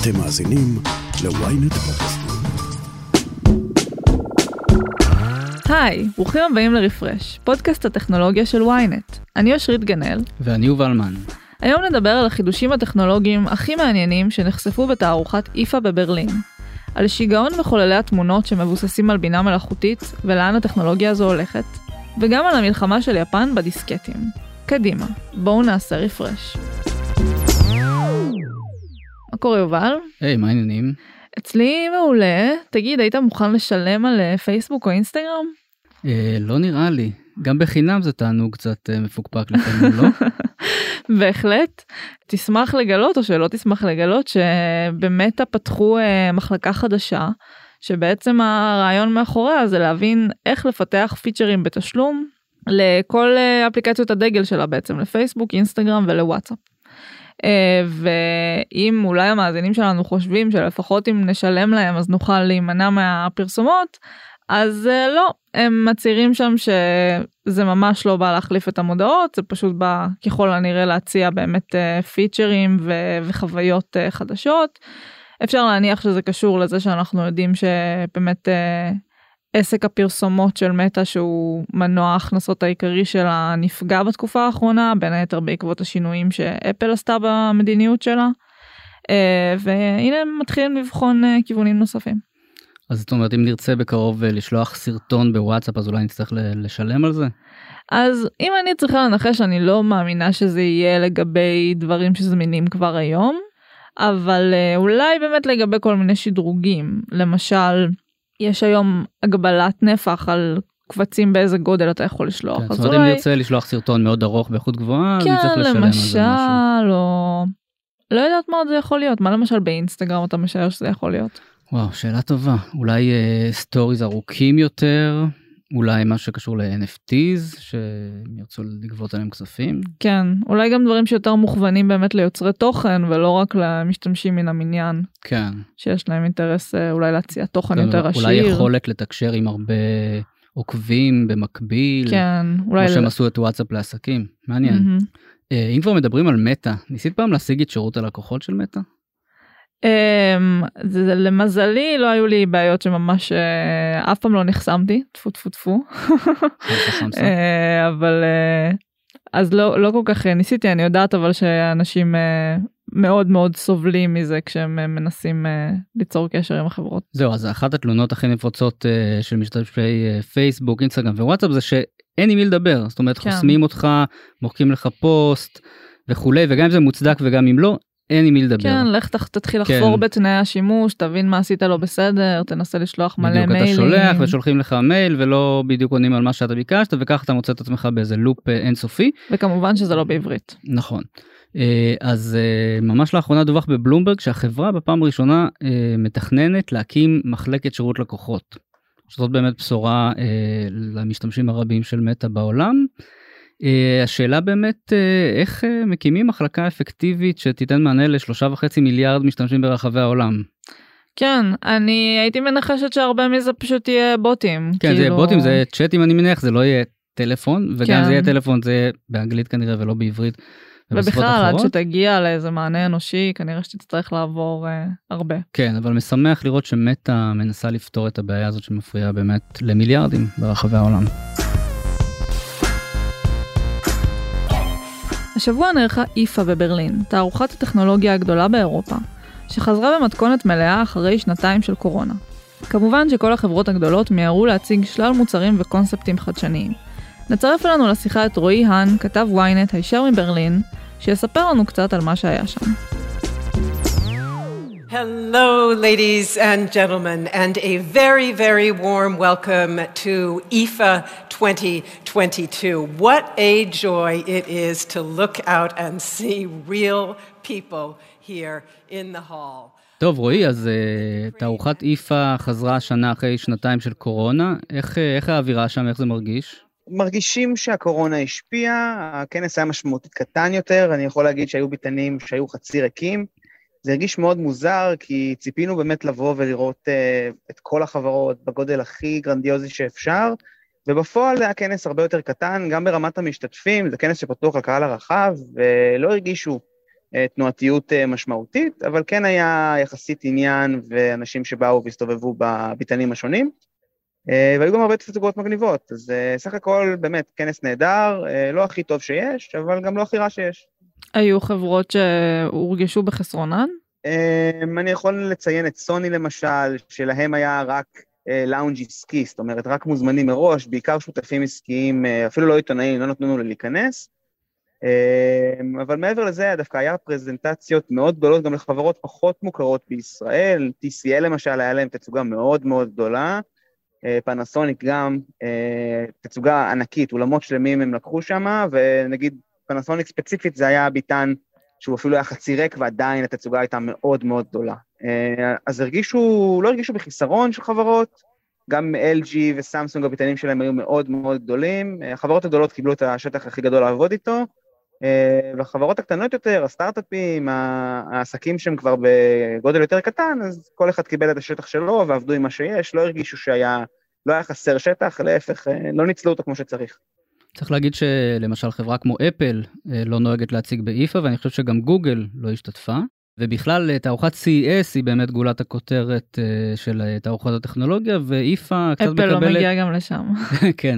אתם מאזינים ל-ynet פודקאסט. היי, ברוכים הבאים לרפרש, פודקאסט הטכנולוגיה של ynet. אני אושרית גנאל. ואני יובל מן. היום נדבר על החידושים הטכנולוגיים הכי מעניינים שנחשפו בתערוכת איפה בברלין. על שיגעון מחוללי התמונות שמבוססים על בינה מלאכותית ולאן הטכנולוגיה הזו הולכת. וגם על המלחמה של יפן בדיסקטים. קדימה, בואו נעשה רפרש. מה קורה יובל? היי, מה העניינים? אצלי מעולה. תגיד, היית מוכן לשלם על פייסבוק או אינסטגרם? לא נראה לי. גם בחינם זה תענוג קצת מפוקפק לפעמים, לא? בהחלט. תשמח לגלות או שלא תשמח לגלות שבאמת פתחו מחלקה חדשה, שבעצם הרעיון מאחוריה זה להבין איך לפתח פיצ'רים בתשלום לכל אפליקציות הדגל שלה בעצם, לפייסבוק, אינסטגרם ולוואטסאפ. ואם אולי המאזינים שלנו חושבים שלפחות אם נשלם להם אז נוכל להימנע מהפרסומות, אז לא, הם מצהירים שם שזה ממש לא בא להחליף את המודעות, זה פשוט בא ככל הנראה להציע באמת פיצ'רים וחוויות חדשות. אפשר להניח שזה קשור לזה שאנחנו יודעים שבאמת עסק הפרסומות של מטא שהוא מנוע ההכנסות העיקרי שלה נפגע בתקופה האחרונה, בין היתר בעקבות השינויים שאפל עשתה במדיניות שלה, והנה הם מתחילים לבחון כיוונים נוספים. אז זאת אומרת, אם נרצה בקרוב לשלוח סרטון בוואטסאפ, אז אולי נצטרך לשלם על זה? אז אם אני צריכה לנחש, אני לא מאמינה שזה יהיה לגבי דברים שזמינים כבר היום, אבל אולי באמת לגבי כל מיני שדרוגים. למשל, יש היום הגבלת נפח על קבצים באיזה גודל אתה יכול לשלוח. כן, זאת אומרת, אם נרצה לשלוח סרטון מאוד ארוך באיכות גבוהה, אני צריך לשלם על זה משהו. כן, למשל, או... לא יודעת מה עוד זה יכול להיות. מה למשל באינסטגרם אתה משער שזה יכול להיות? וואו, שאלה טובה. אולי סטוריז ארוכים יותר, אולי משהו שקשור ל-NFTs, שהם ירצו לגבות עליהם כספים. כן, אולי גם דברים שיותר מוכוונים באמת ליוצרי תוכן, ולא רק למשתמשים מן המניין. כן. שיש להם אינטרס אולי להציע תוכן יותר עשיר. אולי יכולת לתקשר עם הרבה עוקבים במקביל. כן, אולי... כמו שהם עשו את וואטסאפ לעסקים. מעניין. אם כבר מדברים על מטא, ניסית פעם להשיג את שירות הלקוחות של מטא? למזלי לא היו לי בעיות שממש אף פעם לא נחסמתי, טפו. אבל אז לא כל כך ניסיתי, אני יודעת אבל שאנשים מאוד מאוד סובלים מזה כשהם מנסים ליצור קשר עם החברות. זהו, אז אחת התלונות הכי נפוצות של משתמשי פייסבוק, אינסטגרם ווואטסאפ זה שאין עם מי לדבר, זאת אומרת חוסמים אותך, מוחקים לך פוסט וכולי, וגם אם זה מוצדק וגם אם לא, אין עם מי לדבר. כן, לך תתחיל לחפור בתנאי השימוש, תבין מה עשית לא בסדר, תנסה לשלוח מלא מיילים. בדיוק, אתה שולח ושולחים לך מייל, ולא בדיוק עונים על מה שאתה ביקשת, וכך אתה מוצא את עצמך באיזה לופ אינסופי. וכמובן שזה לא בעברית. נכון. אז ממש לאחרונה דווח בבלומברג, שהחברה בפעם הראשונה מתכננת להקים מחלקת שירות לקוחות. שזאת באמת בשורה למשתמשים הרבים של מטא בעולם. השאלה באמת איך מקימים מחלקה אפקטיבית שתיתן מענה ל3.5 מיליארד משתמשים ברחבי העולם. כן, אני הייתי מנחשת שהרבה מזה פשוט יהיה בוטים. כן, זה יהיה בוטים, זה צ'אטים אני מניח, זה לא יהיה טלפון, וגם זה יהיה טלפון, זה יהיה באנגלית כנראה ולא בעברית. ובכלל, עד שתגיע לאיזה מענה אנושי, כנראה שתצטרך לעבור הרבה. כן, אבל משמח לראות שמטא מנסה לפתור את הבעיה הזאת שמפריעה באמת למיליארדים ברחבי העולם. השבוע נערכה איפה בברלין, תערוכת הטכנולוגיה הגדולה באירופה, שחזרה במתכונת מלאה אחרי שנתיים של קורונה. כמובן שכל החברות הגדולות מיהרו להציג שלל מוצרים וקונספטים חדשניים. נצרף לנו לשיחה את רועי האן, כתב ynet הישר מברלין, שיספר לנו קצת על מה שהיה שם. Hello, ladies and gentlemen, and a very, very warm welcome to IFA 2022. What a joy it is to look out and see real people here in the hall. טוב, רועי, אז תערוכת איפה חזרה השנה אחרי שנתיים של קורונה. איך האווירה שם, איך זה מרגיש? מרגישים שהקורונה השפיעה, הכנס היה משמעותית קטן יותר, אני יכול להגיד שהיו ביטנים שהיו חצי ריקים, זה הרגיש מאוד מוזר, כי ציפינו באמת לבוא ולראות את כל החברות בגודל הכי גרנדיוזי שאפשר, ובפועל זה היה כנס הרבה יותר קטן, גם ברמת המשתתפים, זה כנס שפתוח לקהל הרחב, ולא הרגישו תנועתיות משמעותית, אבל כן היה יחסית עניין ואנשים שבאו והסתובבו בביתנים השונים, והיו גם הרבה תצוגות מגניבות, אז סך הכל באמת כנס נהדר, לא הכי טוב שיש, אבל גם לא הכי רע שיש. היו חברות שהורגשו בחסרונן? אני יכול לציין את סוני למשל, שלהם היה רק לאונג' עסקי, זאת אומרת רק מוזמנים מראש, בעיקר שותפים עסקיים, אפילו לא עיתונאים, לא נתנו לנו להיכנס, אבל מעבר לזה דווקא היה פרזנטציות מאוד גדולות גם לחברות פחות מוכרות בישראל, TCL למשל היה להם תצוגה מאוד מאוד גדולה, פנסוניק גם, תצוגה ענקית, אולמות שלמים הם לקחו שם, ונגיד פנסוניק ספציפית זה היה ביטן שהוא אפילו היה חצי ריק, ועדיין התצוגה הייתה מאוד מאוד גדולה. אז לא הרגישו בחיסרון של חברות, גם LG וסמסונג הביטנים שלהם היו מאוד מאוד גדולים, החברות הגדולות קיבלו את השטח הכי גדול לעבוד איתו, והחברות הקטנות יותר, הסטארט-אפים, העסקים שהם כבר בגודל יותר קטן, אז כל אחד קיבל את השטח שלו ועבדו עם מה שיש, לא הרגישו לא היה חסר שטח, להפך, לא ניצלו אותו כמו שצריך. צריך להגיד שלמשל חברה כמו אפל לא נוהגת להציג באיפה, ואני חושב שגם גוגל לא השתתפה, ובכלל תערוכת CES היא באמת גולת הכותרת של תערוכת הטכנולוגיה, ואיפה קצת מקבלת... אפל לא מגיע גם לשם. כן,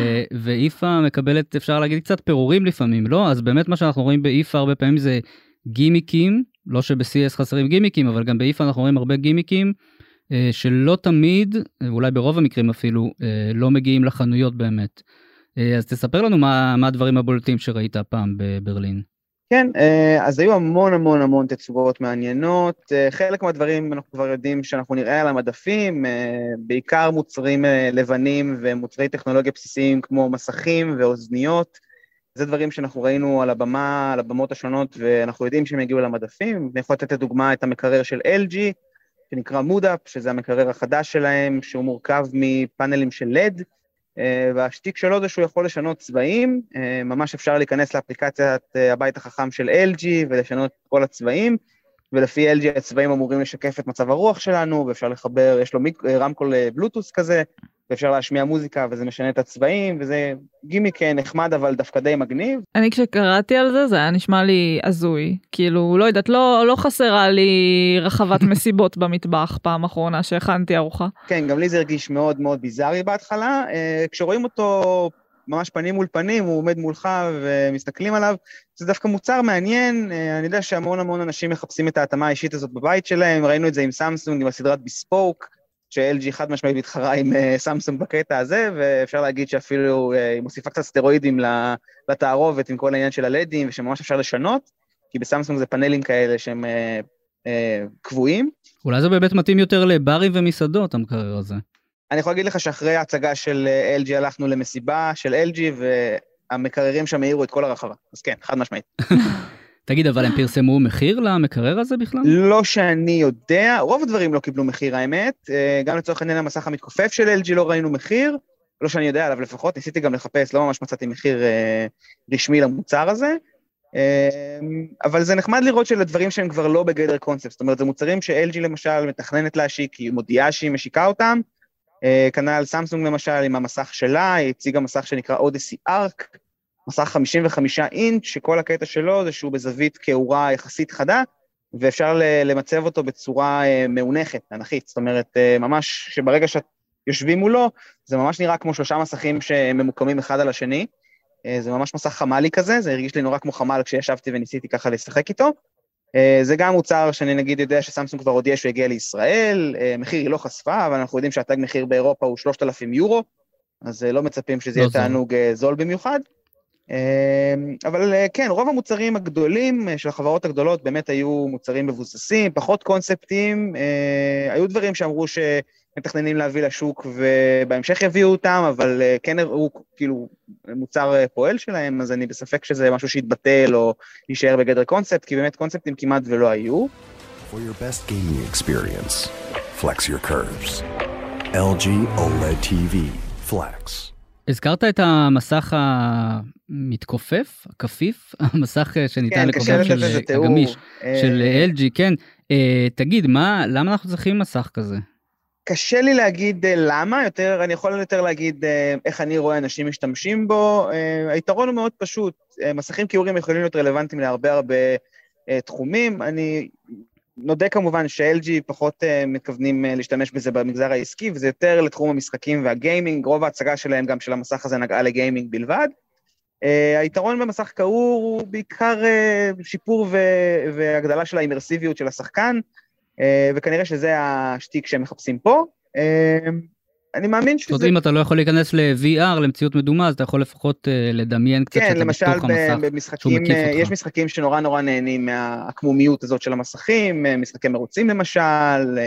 ואיפה מקבלת, אפשר להגיד, קצת פירורים לפעמים, לא? אז באמת מה שאנחנו רואים באיפה הרבה פעמים זה גימיקים, לא שב-CES חסרים גימיקים, אבל גם באיפה אנחנו רואים הרבה גימיקים, שלא תמיד, אולי ברוב המקרים אפילו, לא מגיעים לחנויות באמת. אז תספר לנו מה הדברים הבולטים שראית הפעם בברלין. כן, אז היו המון תצוגות מעניינות, חלק מהדברים אנחנו כבר יודעים שאנחנו נראה על המדפים, בעיקר מוצרים לבנים ומוצרי טכנולוגיה בסיסיים כמו מסכים ואוזניות, זה דברים שאנחנו ראינו על הבמה, על הבמות השונות, ואנחנו יודעים שהם הגיעו למדפים, אני יכול לתת לדוגמה את המקרר של LG, שנקרא מודאפ, שזה המקרר החדש שלהם, שהוא מורכב מפאנלים של LED, והשתיק שלו זה שהוא יכול לשנות צבעים, ממש אפשר להיכנס לאפליקציית הבית החכם של LG ולשנות כל הצבעים, ולפי LG הצבעים אמורים לשקף את מצב הרוח שלנו, ואפשר לחבר, יש לו רמקול בלוטוס כזה, ואפשר להשמיע מוזיקה וזה משנה את הצבעים, וזה גימיק נחמד אבל דווקא די מגניב. אני כשקראתי על זה, זה היה נשמע לי הזוי, כאילו לא יודעת, לא חסרה לי רחבת מסיבות במטבח פעם אחרונה שהכנתי ארוחה. כן, גם לי זה הרגיש מאוד מאוד ביזארי בהתחלה, כשרואים אותו ממש פנים מול פנים, הוא עומד מולך ומסתכלים עליו, זה דווקא מוצר מעניין, אני יודע שהמון אנשים מחפשים את ההתאמה האישית הזאת בבית שלהם, ראינו את זה עם סמסונג, עם הסדרת בספוק, ש-LG חד משמעית מתחרה עם סמסונג בקטע הזה, ואפשר להגיד שאפילו היא מוסיפה קצת סטרואידים לתערובת עם כל העניין של הלדים, ושממש אפשר לשנות, כי בסמסונג זה פאנלים כאלה שהם קבועים. אולי זה באמת מתאים יותר לברים ומסעדות, המקרר הזה. אני יכול להגיד לך שאחרי ההצגה של LG הלכנו למסיבה של LG, והמקררים שם העירו את כל הרחבה. אז כן, חד משמעית. תגיד, אבל הם פרסמו מחיר למקרר הזה בכלל? לא שאני יודע, רוב הדברים לא קיבלו מחיר האמת, גם לצורך העניין המסך המתכופף של LG לא ראינו מחיר, לא שאני יודע עליו לפחות, ניסיתי גם לחפש, לא ממש מצאתי מחיר רשמי למוצר הזה, אבל זה נחמד לראות שלדברים שהם כבר לא בגדר קונספט, זאת אומרת, זה מוצרים ש-LG למשל מתכננת להשיק, היא מודיעה שהיא משיקה אותם, כנ"ל סמסונג למשל עם המסך שלה, היא הציגה מסך שנקרא Odyssey Arc, מסך 55 אינץ' שכל הקטע שלו זה שהוא בזווית כאורה יחסית חדה, ואפשר למצב אותו בצורה מאונכת, אנכית, זאת אומרת, ממש שברגע שיושבים מולו, זה ממש נראה כמו 3 מסכים שממוקמים אחד על השני, זה ממש מסך חמלי כזה, זה הרגיש לי נורא כמו חמל כשישבתי וניסיתי ככה לשחק איתו, זה גם מוצר שאני נגיד יודע שסמסונג כבר הודיע שהוא הגיע לישראל, מחיר היא לא חשפה, אבל אנחנו יודעים שהתג מחיר באירופה הוא 3,000 יורו, אז לא מצפים שזה יהיה תענוג זול במיוחד, אבל כן, רוב המוצרים הגדולים של החברות הגדולות באמת היו מוצרים מבוססים, פחות קונספטים, היו דברים שאמרו שמתכננים להביא לשוק ובהמשך יביאו אותם, אבל כן הראו כאילו מוצר פועל שלהם, אז אני בספק שזה משהו שיתבטל או יישאר בגדר קונספט, כי באמת קונספטים כמעט ולא היו. For your best gaming experience, flex your curves. LG OLED TV, Flex. הזכרת את המסך המתכופף, הכפיף, המסך שניתן לקופף של הגמיש, של LG, כן. תגיד, למה אנחנו צריכים מסך כזה? קשה לי להגיד למה, אני יכול יותר להגיד איך אני רואה אנשים משתמשים בו, היתרון הוא מאוד פשוט, מסכים קיורים יכולים להיות רלוונטיים להרבה תחומים. אני נודה כמובן ש-LG פחות מתכוונים להשתמש בזה במגזר העסקי, וזה יותר לתחום המשחקים והגיימינג, רוב ההצגה שלהם גם של המסך הזה נגעה לגיימינג בלבד. היתרון במסך קעור הוא בעיקר שיפור והגדלה של האימרסיביות של השחקן, וכנראה שזה השטיק שהם מחפשים פה. אני מאמין שזה... זאת אומרת, אם אתה לא יכול להיכנס ל-VR, למציאות מדומה, אז אתה יכול לפחות לדמיין קצת שאתה בתוך המסך, שהוא מקיף אותך. יש משחקים שנורא נורא נהנים מהעקמומיות הזאת של המסכים, משחקי מרוצים למשל,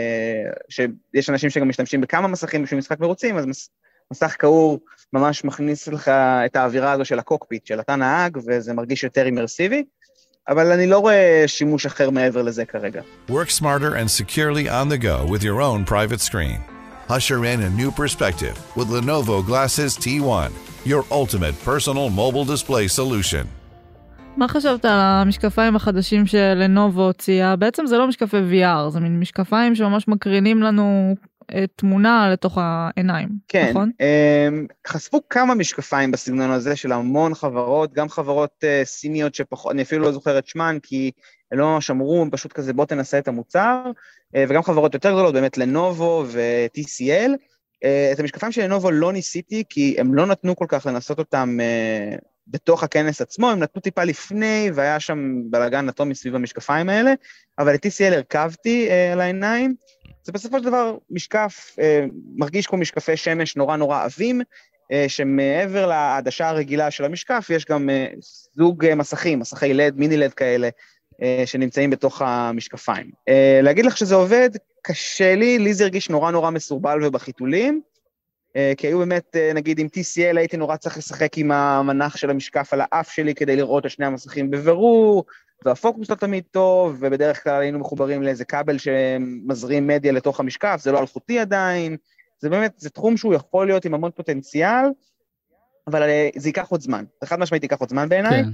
שיש אנשים שגם משתמשים בכמה מסכים בשביל משחק מרוצים, אז מסך קעור ממש מכניס לך את האווירה הזו של הקוקפיט, של אתה נהג, וזה מרגיש יותר אימרסיבי, אבל אני לא רואה שימוש אחר מעבר לזה כרגע. Work smarter and securely on the go with your own private screen. Usher in a new perspective with Lenovo Glasses T1, your ultimate personal mobile display solution. מה חשבת על המשקפיים החדשים שלנובו הוציאה? בעצם זה לא משקפי VR, זה מין משקפיים שממש מקרינים לנו תמונה לתוך העיניים, כן, נכון? חשפו כמה משקפיים בסגנון הזה של המון חברות, גם חברות סיניות שפחות, אני אפילו לא זוכר את שמן, כי הם לא ממש אמרו, הם פשוט כזה בוא תנסה את המוצר, וגם חברות יותר גדולות, באמת לנובו ו-TCL. את המשקפיים של לנובו לא ניסיתי, כי הם לא נתנו כל כך לנסות אותם בתוך הכנס עצמו, הם נתנו טיפה לפני, והיה שם בלגן אטומי סביב המשקפיים האלה, אבל ל-TCL הרכבתי על העיניים, זה בסופו של דבר משקף, מרגיש כמו משקפי שמש נורא נורא עבים, שמעבר לעדשה הרגילה של המשקף, יש גם זוג מסכים, מסכי LED, מיני LED כאלה, שנמצאים בתוך המשקפיים. להגיד לך שזה עובד, קשה לי זה הרגיש נורא נורא מסורבל ובחיתולים, כי היו באמת, נגיד עם TCL הייתי נורא צריך לשחק עם המנח של המשקף על האף שלי, כדי לראות את שני המסכים בבירור, והפוקוס לא תמיד טוב, ובדרך כלל היינו מחוברים לאיזה כבל שמזרים מדיה לתוך המשקף, זה לא אלחוטי עדיין, זה באמת, זה תחום שהוא יכול להיות עם המון פוטנציאל, אבל זה ייקח עוד זמן, זה חד משמעית ייקח עוד זמן בעיניי,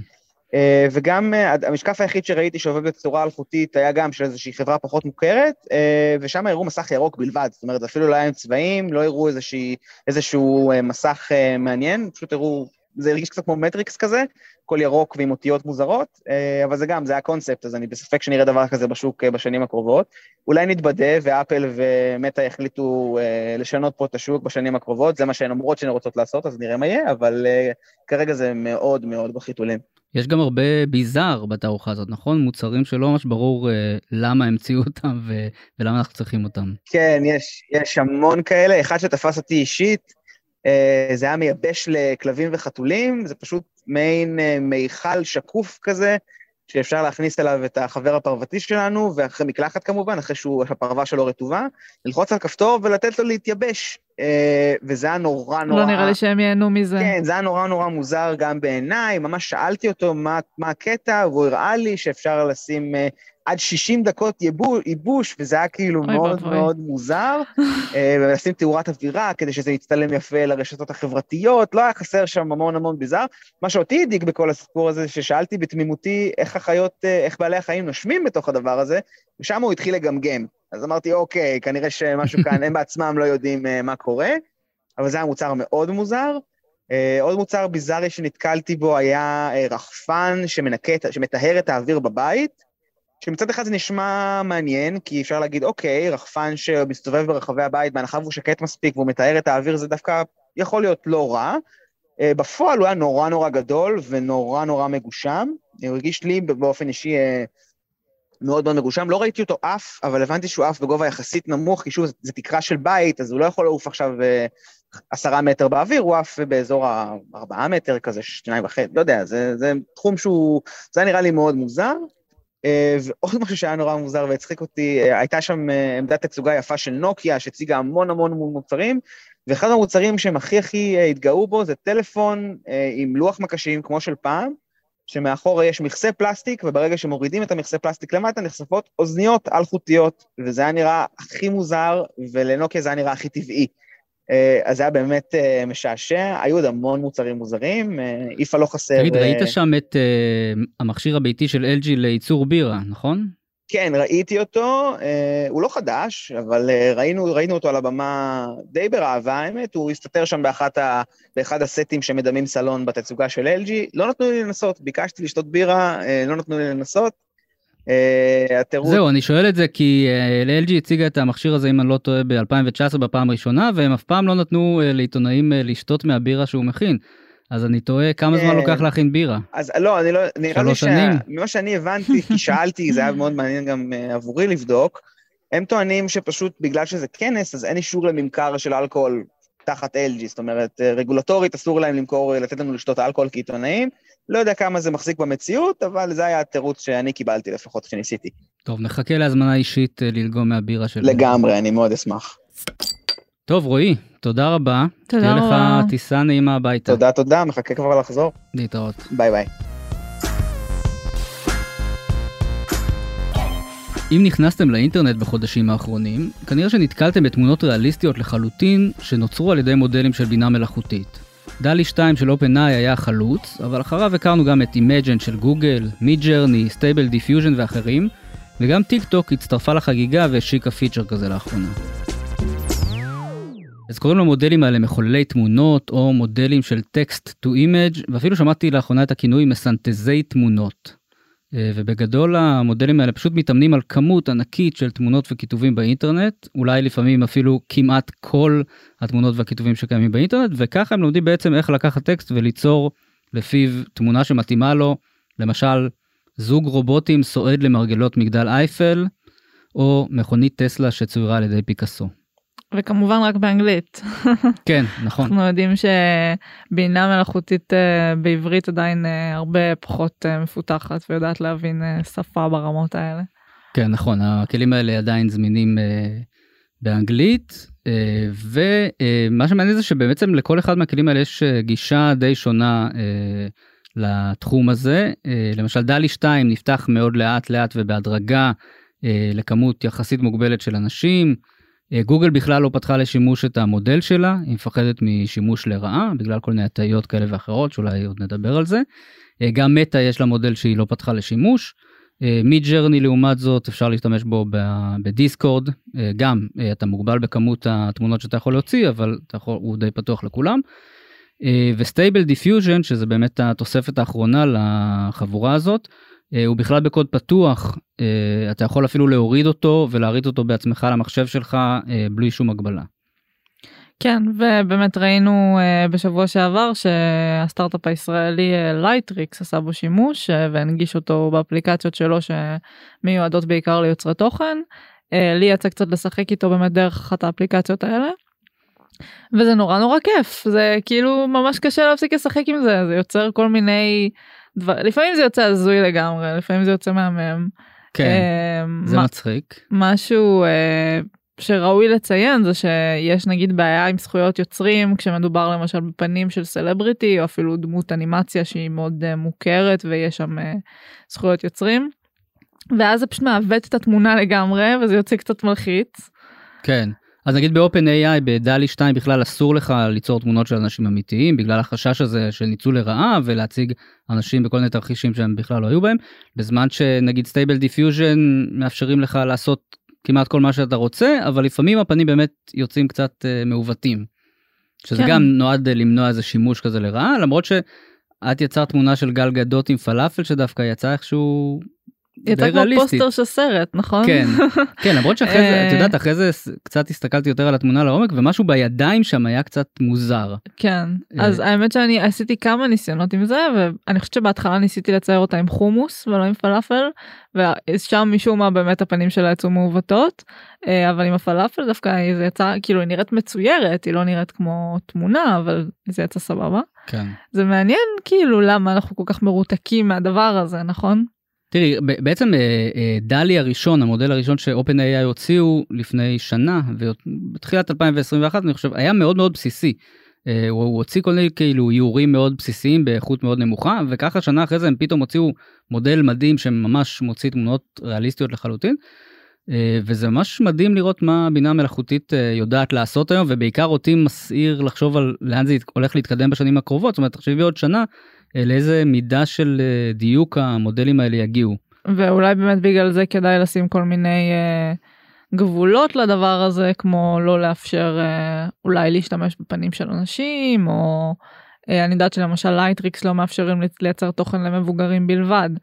וגם המשקף היחיד שראיתי שעובד בצורה אלחוטית, היה גם של איזושהי חברה פחות מוכרת, ושם הראו מסך ירוק בלבד, זאת אומרת, אפילו לא היה עם צבעים, לא הראו איזשהו מסך מעניין, פשוט הראו, זה הרגיש קצת כמו מטריקס כזה, כל ירוק ועם אותיות מוזרות, אבל זה היה קונספט, אז אני בספק שנראה דבר כזה בשוק בשנים הקרובות. אולי נתבדה, ואפל ומטה החליטו לשנות פה את השוק בשנים הקרובות, זה מה שהן אומרות שהן רוצות לעשות, אז נראה מה יהיה, אבל כרגע זה מאוד מאוד בחיתולים. יש גם הרבה ביזר בתערוכה הזאת, נכון? מוצרים שלא ממש ברור למה המציאו אותם ולמה אנחנו צריכים אותם. כן, יש המון כאלה, אחד שתפס אותי אישית, זה היה מייבש לכלבים וחתולים, זה פשוט מעין מיכל שקוף כזה, שאפשר להכניס אליו את החבר הפרוותי שלנו, ואחרי מקלחת כמובן, אחרי שהפרווה שלו רטובה, ללחוץ על כפתור ולתת לו להתייבש, וזה היה נורא נורא... לא נראה לי שהם ייהנו מזה. כן, זה היה נורא נורא מוזר גם בעיניי, ממש שאלתי אותו מה הקטע, והוא הראה לי שאפשר לשים עד 60 דקות ייבוש, וזה היה כאילו מאוד מאוד מוזר, ולשים תאורת אווירה, כדי שזה יצטלם יפה לרשתות החברתיות, לא היה חסר שם המון המון ביזר. מה שאותי הדאיג בכל הסיפור הזה, ששאלתי בתמימותי איך בעלי החיים נושמים בתוך הדבר הזה, ושם הוא התחיל לגמגם. אז אמרתי, אוקיי, כנראה שמשהו כאן, הם בעצמם לא יודעים מה קורה, אבל זה היה מוצר מאוד מוזר. עוד מוצר ביזרי שנתקלתי בו היה רחפן שמטהר את האוויר בבית, שמצד אחד זה נשמע מעניין, כי אפשר להגיד, אוקיי, רחפן שמסתובב ברחבי הבית, בהנחה והוא שקט מספיק, והוא מטהר את האוויר, זה דווקא יכול להיות לא רע. בפועל הוא היה נורא נורא גדול, ונורא נורא מגושם. הוא הרגיש לי באופן אישי מאוד מאוד מגושם. לא ראיתי אותו אף, אבל הבנתי שהוא אף בגובה יחסית נמוך, כי שוב, זה תקרה של בית, אז הוא לא יכול לעוף עכשיו 10 מטר באוויר, הוא אף באזור 4 מטר, כזה 2.5, לא יודע, זה תחום שהוא, זה נראה לי מאוד מוזר. ועוד משהו שהיה נורא מוזר והצחיק אותי, הייתה שם עמדת תצוגה יפה של נוקיה, שהציגה המון המון מוצרים, ואחד המוצרים שהם הכי התגאו בו, זה טלפון עם לוח מקשים כמו של פעם, שמאחור יש מכסה פלסטיק, וברגע שמורידים את המכסה פלסטיק למטה, נחשפות אוזניות אלחוטיות, וזה היה נראה הכי מוזר, ולנוקיה זה היה נראה הכי טבעי. אז זה היה באמת משעשע, היו עוד המון מוצרים מוזרים, איפה לא חסר. תגיד, ראית שם את המכשיר הביתי של LG לייצור בירה, נכון? כן, ראיתי אותו, הוא לא חדש, אבל ראינו אותו על הבמה די ברעבה, האמת, הוא הסתתר שם באחד הסטים שמדמים סלון בתצוגה של LG, לא נתנו לי לנסות, ביקשתי לשתות בירה, לא נתנו לי לנסות, זהו, אני שואל את זה כי ל-LG הציגה את המכשיר הזה, אם אני לא טועה, ב-2019 בפעם הראשונה, והם אף פעם לא נתנו לעיתונאים לשתות מהבירה שהוא מכין. אז אני טועה, כמה זמן לוקח להכין בירה? אז לא, נראה לי ממה שאני הבנתי, כי שאלתי, זה היה מאוד מעניין גם עבורי לבדוק, הם טוענים שפשוט בגלל שזה כנס, אז אין אישור לממכר של אלכוהול תחת LG, זאת אומרת, רגולטורית אסור להם לתת לנו לשתות אלכוהול כעיתונאים, לא יודע כמה זה מחזיק במציאות, אבל זה היה התירוץ שאני קיבלתי לפחות כשניסיתי. טוב, נחכה להזמנה אישית ללגום מהבירה שלנו. לגמרי, אני מאוד אשמח. טוב, רועי, תודה רבה. תודה רבה. תהיה לך טיסה נעימה הביתה. תודה, מחכה כבר לחזור. להתראות. ביי ביי. אם נכנסתם לאינטרנט בחודשים האחרונים, כנראה שנתקלתם בתמונות ריאליסטיות לחלוטין שנוצרו על ידי מודלים של בינה מלאכותית. דלי 2 של OpenAI היה חלוץ, אבל אחריו הכרנו גם את Imagen של גוגל, Midjourney, Stable Diffusion ואחרים, וגם טיק-טוק הצטרפה לחגיגה והשיקה פיצ'ר כזה לאחרונה. אז קוראים למודלים האלה מחוללי תמונות או מודלים של Text to Image, ואפילו שמעתי לאחרונה את הכינוי מסנתזי תמונות. ובגדול המודלים האלה פשוט מתאמנים על כמות ענקית של תמונות וכיתובים באינטרנט, אולי לפעמים אפילו כמעט כל התמונות והכיתובים שקיימים באינטרנט, וככה הם לומדים בעצם איך לקחת טקסט וליצור לפיו תמונה שמתאימה לו, למשל זוג רובוטים סועד למרגלות מגדל אייפל, או מכונית טסלה שצוירה על ידי פיקאסו. וכמובן רק באנגלית. כן, נכון. אנחנו יודעים שבינה מלאכותית בעברית עדיין הרבה פחות מפותחת ויודעת להבין שפה ברמות האלה. כן, נכון, הכלים האלה עדיין זמינים באנגלית, ומה שמעניין זה שבעצם לכל אחד מהכלים האלה יש גישה די שונה לתחום הזה. למשל דלי 2 נפתח מאוד לאט לאט ובהדרגה לכמות יחסית מוגבלת של אנשים. גוגל בכלל לא פתחה לשימוש את המודל שלה, היא מפחדת משימוש לרעה, בגלל כל מיני הטעיות כאלה ואחרות, שאולי עוד נדבר על זה. גם מטא יש לה מודל שהיא לא פתחה לשימוש. מידג'רני לעומת זאת אפשר להשתמש בו בדיסקורד, גם אתה מוגבל בכמות התמונות שאתה יכול להוציא, אבל הוא די פתוח לכולם. וסטייבל דיפיוז'ן, שזה באמת התוספת האחרונה לחבורה הזאת, הוא בכלל בקוד פתוח, אתה יכול אפילו להוריד אותו ולהריץ אותו בעצמך למחשב שלך בלי שום הגבלה. כן, ובאמת ראינו בשבוע שעבר שהסטארט-אפ הישראלי לייטריקס עשה בו שימוש והנגיש אותו באפליקציות שלו שמיועדות בעיקר ליוצרי תוכן. לי יצא קצת לשחק איתו באמת דרך אחת האפליקציות האלה. וזה נורא נורא כיף, זה כאילו ממש קשה להפסיק לשחק עם זה, זה יוצר כל מיני לפעמים זה יוצא הזוי לגמרי, לפעמים זה יוצא מהמם. כן, זה מצחיק. משהו שראוי לציין זה שיש נגיד בעיה עם זכויות יוצרים, כשמדובר למשל בפנים של סלבריטי, או אפילו דמות אנימציה שהיא מאוד מוכרת, ויש שם זכויות יוצרים. ואז זה פשוט מעוות את התמונה לגמרי, וזה יוצא קצת מלחיץ. כן. אז נגיד ב-OpenAI, בדלי 2 בכלל אסור לך ליצור תמונות של אנשים אמיתיים, בגלל החשש הזה של ניצול לרעה, ולהציג אנשים בכל מיני תרחישים שהם בכלל לא היו בהם, בזמן שנגיד Stable Diffusion מאפשרים לך לעשות כמעט כל מה שאתה רוצה, אבל לפעמים הפנים באמת יוצאים קצת מעוותים, שזה גם נועד למנוע איזה שימוש כזה לרעה, למרות שאת יצרת תמונה של גל גדות עם פלאפל, שדווקא יצא איכשהו יצא כמו פוסטר של סרט, נכון? כן, כן, למרות שאחרי זה, את יודעת, אחרי זה קצת הסתכלתי יותר על התמונה לעומק, ומשהו בידיים שם היה קצת מוזר. כן, אז האמת שאני עשיתי כמה ניסיונות עם זה, ואני חושבת שבהתחלה ניסיתי לצייר אותה עם חומוס ולא עם פלאפל, ושם משום מה באמת הפנים שלה יצאו מעוותות, אבל עם הפלאפל דווקא זה יצא, כאילו היא נראית מצוירת, היא לא נראית כמו תמונה, אבל זה יצא סבבה. כן. זה מעניין כאילו למה אנחנו כל כך מרותקים מהדבר הזה, נכון? תראי, בעצם דלי הראשון, המודל הראשון ש-OpenAI הוציאו לפני שנה, ובתחילת 2021 אני חושב, היה מאוד מאוד בסיסי. הוא הוציא כל מיני כאילו איורים מאוד בסיסיים באיכות מאוד נמוכה, וככה שנה אחרי זה הם פתאום הוציאו מודל מדהים שממש מוציא תמונות ריאליסטיות לחלוטין, וזה ממש מדהים לראות מה הבינה המלאכותית יודעת לעשות היום, ובעיקר אותי מסעיר לחשוב על לאן זה הולך להתקדם בשנים הקרובות, זאת אומרת, תחשבי עוד שנה, לאיזה מידה של דיוק המודלים האלה יגיעו. ואולי באמת בגלל זה כדאי לשים כל מיני גבולות לדבר הזה, כמו לא לאפשר אולי להשתמש בפנים של אנשים, או אני יודעת שלמשל לייטריקס לא מאפשרים לייצר תוכן למבוגרים בלבד.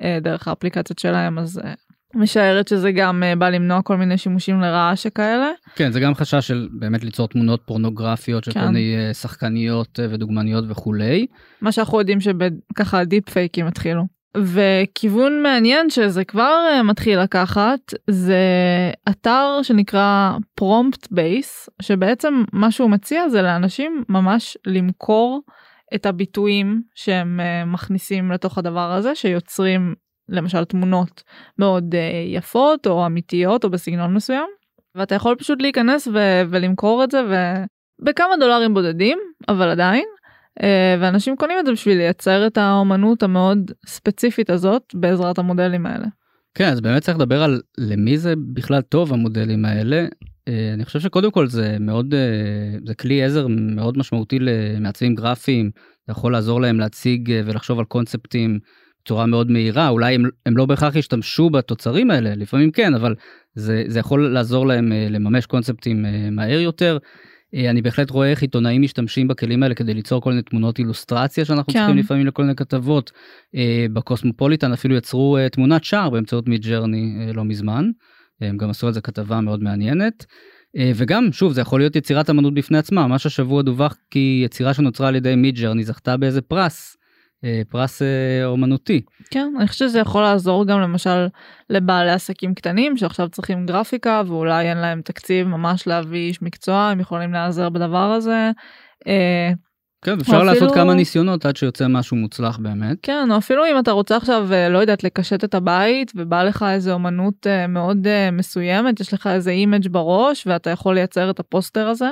דרך האפליקציות שלהם, אז משערת שזה גם בא למנוע כל מיני שימושים לרעה שכאלה. כן, זה גם חשש של באמת ליצור תמונות פורנוגרפיות של כל מיני שחקניות ודוגמניות וכולי. מה שאנחנו יודעים שככה דיפ פייקים התחילו. וכיוון מעניין שזה כבר מתחיל לקחת, זה אתר שנקרא Prompt Base, שבעצם מה שהוא מציע זה לאנשים ממש למכור את הביטויים שהם מכניסים לתוך הדבר הזה, שיוצרים למשל תמונות מאוד יפות או אמיתיות או בסגנון מסוים, ואתה יכול פשוט להיכנס ולמכור את זה בכמה דולרים בודדים, אבל עדיין, ואנשים קונים את זה בשביל לייצר את האומנות המאוד ספציפית הזאת בעזרת המודלים האלה. כן, אז באמת צריך לדבר על למי זה בכלל טוב המודלים האלה. אני חושב שקודם כל זה מאוד, זה כלי עזר מאוד משמעותי למעצבים גרפיים, זה יכול לעזור להם להציג ולחשוב על קונספטים בצורה מאוד מהירה, אולי הם לא בהכרח ישתמשו בתוצרים האלה, לפעמים כן, אבל זה יכול לעזור להם לממש קונספטים מהר יותר. אני בהחלט רואה איך עיתונאים משתמשים בכלים האלה כדי ליצור כל מיני תמונות אילוסטרציה שאנחנו צריכים לפעמים לכל מיני כתבות. בקוסמופוליטן אפילו יצרו תמונת שער באמצעות מידג'רני לא מזמן, הם גם עשו את זה כתבה מאוד מעניינת, וגם שוב זה יכול להיות יצירת אמנות בפני עצמה, ממש השבוע דווח כי יצירה שנוצרה על ידי מידג'רני זכתה באיזה פרס אומנותי. כן, אני חושבת שזה יכול לעזור גם למשל לבעלי עסקים קטנים שעכשיו צריכים גרפיקה ואולי אין להם תקציב ממש להביא איש מקצוע, הם יכולים לעזר בדבר הזה. כן, אפשר לעשות כמה ניסיונות עד שיוצא משהו מוצלח באמת. כן, או אפילו אם אתה רוצה עכשיו, לא יודעת, לקשט את הבית ובא לך איזו אומנות מאוד מסוימת, יש לך איזה אימג' בראש ואתה יכול לייצר את הפוסטר הזה.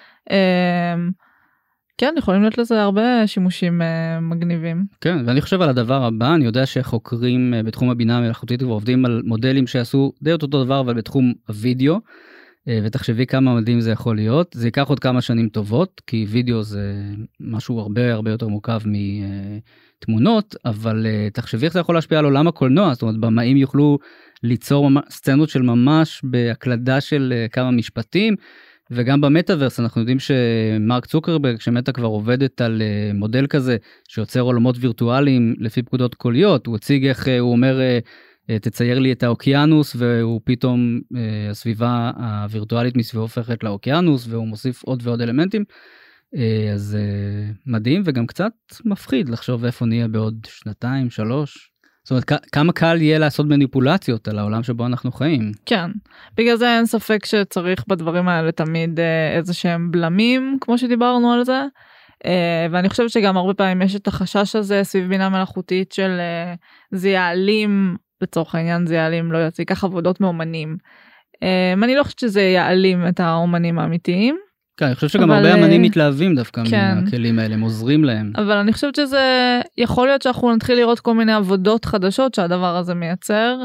כן, יכולים להיות לזה הרבה שימושים מגניבים. כן, ואני חושב על הדבר הבא, אני יודע שחוקרים בתחום הבינה המלאכותית ועובדים על מודלים שעשו די אותו דבר, אבל בתחום הוידאו, ותחשבי כמה מדהים זה יכול להיות. זה ייקח עוד כמה שנים טובות, כי וידאו זה משהו הרבה הרבה יותר מורכב מתמונות, אבל תחשבי איך זה יכול להשפיע על עולם הקולנוע, זאת אומרת, במאים יוכלו ליצור סצנות של ממש בהקלדה של כמה משפטים, וגם במטאברס אנחנו יודעים שמרק צוקרברג, שמטה כבר עובדת על מודל כזה, שיוצר עולמות וירטואליים לפי פקודות קוליות, הוא הציג איך הוא אומר, תצייר לי את האוקיינוס, והוא פתאום, הסביבה הווירטואלית מסביבו הופכת לאוקיינוס, והוא מוסיף עוד ועוד אלמנטים, אז מדהים וגם קצת מפחיד לחשוב איפה נהיה בעוד 2, 3. זאת אומרת, כמה קל יהיה לעשות מניפולציות על העולם שבו אנחנו חיים. כן, בגלל זה אין ספק שצריך בדברים האלה תמיד איזה שהם בלמים, כמו שדיברנו על זה, ואני חושבת שגם הרבה פעמים יש את החשש הזה סביב בינה מלאכותית של זה יעלים, לצורך העניין זה יעלים, לא יודעת, זה ייקח עבודות מאומנים. אני לא חושבת שזה יעלים את האומנים האמיתיים, כן, אני חושב שגם הרבה אמנים מתלהבים דווקא מהכלים האלה, הם עוזרים להם. אבל אני חושבת שזה יכול להיות שאנחנו נתחיל לראות כל מיני עבודות חדשות שהדבר הזה מייצר.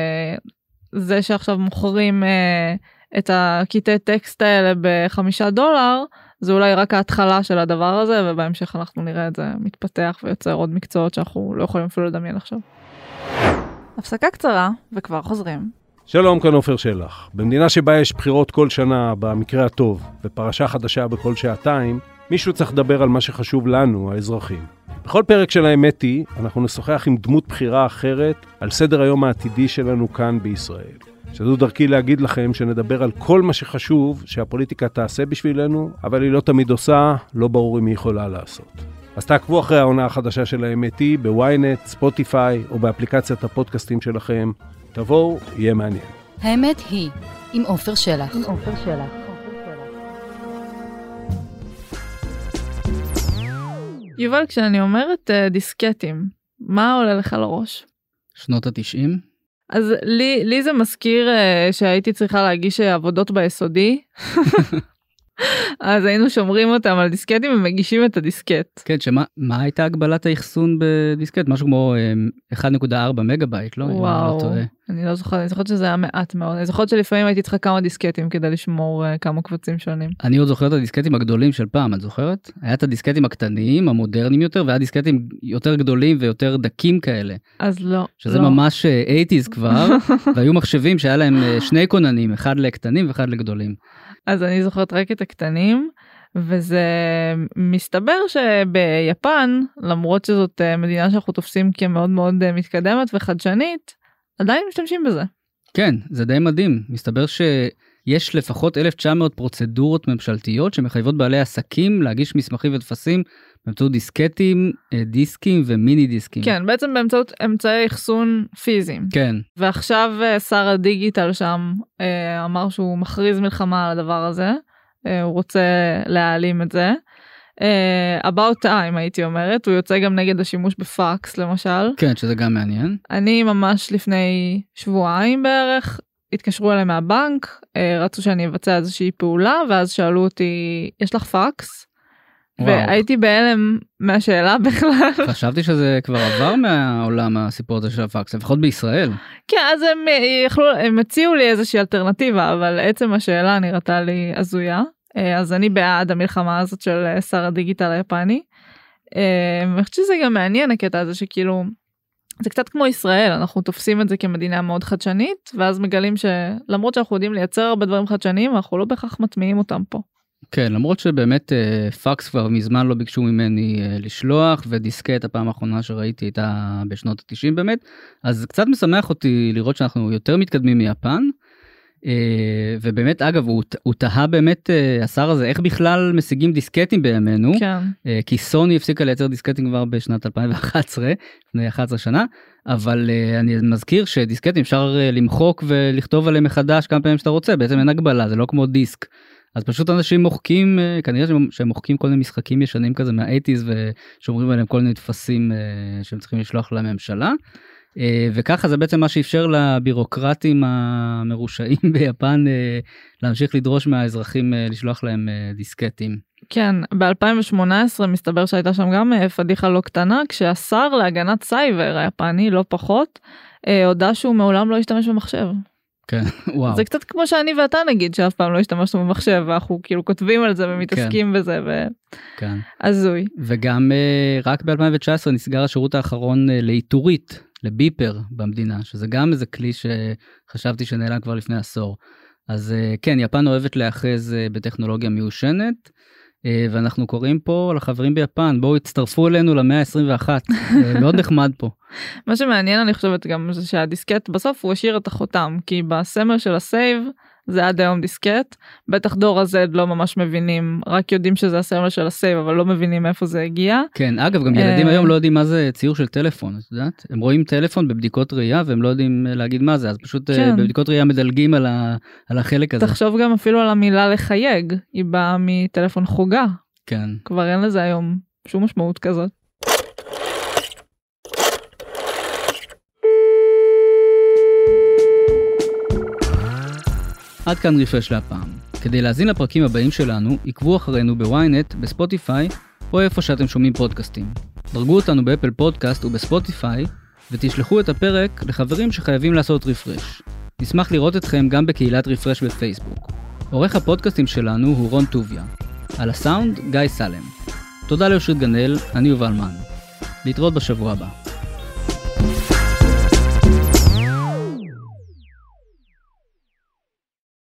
זה שעכשיו מוכרים את הקטעי טקסט האלה $5, זה אולי רק ההתחלה של הדבר הזה, ובהמשך אנחנו נראה את זה מתפתח ויוצר עוד מקצועות שאנחנו לא יכולים אפילו לדמיין עכשיו. הפסקה קצרה וכבר חוזרים. שלום, כאן עופר שלח. במדינה שבה יש בחירות כל שנה, במקרה הטוב, ופרשה חדשה בכל שעתיים, מישהו צריך לדבר על מה שחשוב לנו, האזרחים. בכל פרק של האמת היא, אנחנו נשוחח עם דמות בחירה אחרת על סדר היום העתידי שלנו כאן בישראל. שזו דרכי להגיד לכם שנדבר על כל מה שחשוב שהפוליטיקה תעשה בשבילנו, אבל היא לא תמיד עושה, לא ברור אם היא יכולה לעשות. אז תעקבו אחרי העונה החדשה של האמת היא, בוויינט, ספוטיפיי או באפליקציית הפודקאסטים שלכם. תבואו, יהיה מעניין. האמת היא, עם עופר שלח. יובל, כשאני אומרת דיסקטים, מה עולה לך לראש? שנות ה-90. אז לי זה מזכיר שהייתי צריכה להגיש עבודות ביסודי. אז היינו שומרים אותם על דיסקטים ומגישים את הדיסקט. כן, מה הייתה הגבלת האחסון בדיסקט? משהו כמו 1.4 מגה-בייט, לא? וואו, אני לא זוכרת, אני זוכרת שזה היה מעט מאוד. אני זוכרת שלפעמים הייתי צריכה כמה דיסקטים כדי לשמור כמה קבצים שונים. אני עוד זוכרת את הדיסקטים הגדולים של פעם, את זוכרת? היה את הדיסקטים הקטניים, המודרניים יותר, והיה דיסקטים יותר גדולים ויותר דקים כאלה. אז לא. שזה ממש 80s כבר, והיו מחשבים שהיה להם 2 כוננים, אחד לקטנים ואחד לגדולים. אז אני זוכרת רק את הקטנים, וזה מסתבר שביפן, למרות שזאת מדינה שאנחנו תופסים כמאוד מאוד מתקדמת וחדשנית, עדיין משתמשים בזה. כן, זה די מדהים. מסתבר שיש לפחות 1900 פרוצדורות ממשלתיות שמחייבות בעלי עסקים להגיש מסמכים וטפסים באמצעות דיסקטים, דיסקים ומיני דיסקים. כן, בעצם באמצעות אמצעי אחסון פיזיים. כן. ועכשיו שר הדיגיטל שם אמר שהוא מכריז מלחמה על הדבר הזה. הוא רוצה להעלים את זה. About time הייתי אומרת, הוא יוצא גם נגד השימוש בפקס למשל. כן, שזה גם מעניין. אני ממש לפני שבועיים בערך, התקשרו אליי מהבנק, רצו שאני אבצע איזושהי פעולה, ואז שאלו אותי, יש לך פקס? והייתי בהלם מהשאלה בכלל. חשבתי שזה כבר עבר מהעולם הסיפור הזה של הפקס, לפחות בישראל. כן, אז הם הציעו לי איזושהי אלטרנטיבה, אבל עצם השאלה נראתה לי הזויה. אז אני בעד המלחמה הזאת של שר הדיגיטל היפני. אני חושבת שזה גם מעניין הקטע הזה שכאילו, זה קצת כמו ישראל, אנחנו תופסים את זה כמדינה מאוד חדשנית, ואז מגלים שלמרות שאנחנו יודעים לייצר הרבה דברים חדשניים, אנחנו לא בהכרח מטמיעים אותם פה. כן, למרות שבאמת פקס כבר מזמן לא ביקשו ממני לשלוח, ודיסקט הפעם האחרונה שראיתי הייתה בשנות ה-90 באמת, אז קצת משמח אותי לראות שאנחנו יותר מתקדמים מיפן, ובאמת אגב הוא תהה באמת השר הזה איך בכלל משיגים דיסקטים בימינו, כן. כי סוני הפסיקה לייצר דיסקטים כבר בשנת 2011 לפני 11 שנה, אבל אני מזכיר שדיסקטים אפשר למחוק ולכתוב עליהם מחדש כמה פעמים שאתה רוצה, בעצם אין הגבלה, זה לא כמו דיסק, אז פשוט אנשים מוחקים, כנראה שהם מוחקים כל מיני משחקים ישנים כזה מה-80s ושומרים עליהם כל מיני תפסים שהם צריכים לשלוח לממשלה, וככה זה בעצם מה שאפשר לבירוקרטים המרושעים ביפן להמשיך לדרוש מהאזרחים לשלוח להם דיסקטים. כן, ב-2018 מסתבר שהייתה שם גם פדיחה לא קטנה, כשהשר להגנת סייבר היפני, לא פחות, הודע שהוא מעולם לא השתמש במחשב. כן, וואו. זה קצת כמו שאני ואתה נגיד, שאף פעם לא השתמשנו במחשב, ואנחנו כאילו כותבים על זה ומתעסקים בזה, הזוי. וגם רק ב-2019 נסגר השירות האחרון לאיתורית, לביפר במדינה, שזה גם איזה כלי שחשבתי שנעלם כבר לפני עשור. אז כן, יפן אוהבת להאחז בטכנולוגיה מיושנת, ואנחנו קוראים פה לחברים ביפן, בואו הצטרפו אלינו למאה ה-21, מאוד נחמד פה. מה שמעניין אני חושבת גם זה שהדיסקט בסוף הוא השאיר את החותם, כי בסמל של הסייב זה עד היום דיסקט, בטח דור הזה לא ממש מבינים, רק יודעים שזה הסמל של הסייב, אבל לא מבינים מאיפה זה הגיע. כן, אגב, גם ילדים היום לא יודעים מה זה ציור של טלפון, את יודעת? הם רואים טלפון בבדיקות ראייה, והם לא יודעים להגיד מה זה, אז פשוט בבדיקות ראייה מדלגים על החלק הזה. תחשוב גם אפילו על המילה לחייג, היא באה מטלפון חוגה. כן. כבר אין לזה היום שום משמעות כזאת. עד כאן ריפרש להפעם. כדי להזין לפרקים הבאים שלנו, עקבו אחרינו בוויינט, בספוטיפיי, או איפה שאתם שומעים פודקאסטים. דרגו אותנו באפל פודקאסט ובספוטיפיי, ותשלחו את הפרק לחברים שחייבים לעשות ריפרש. נשמח לראות אתכם גם בקהילת ריפרש בפייסבוק. עורך הפודקאסטים שלנו הוא רון טוביה. על הסאונד, גיא סלם. תודה לאושרית גנאל, אני יובל מן. להתראות בשבוע הבא.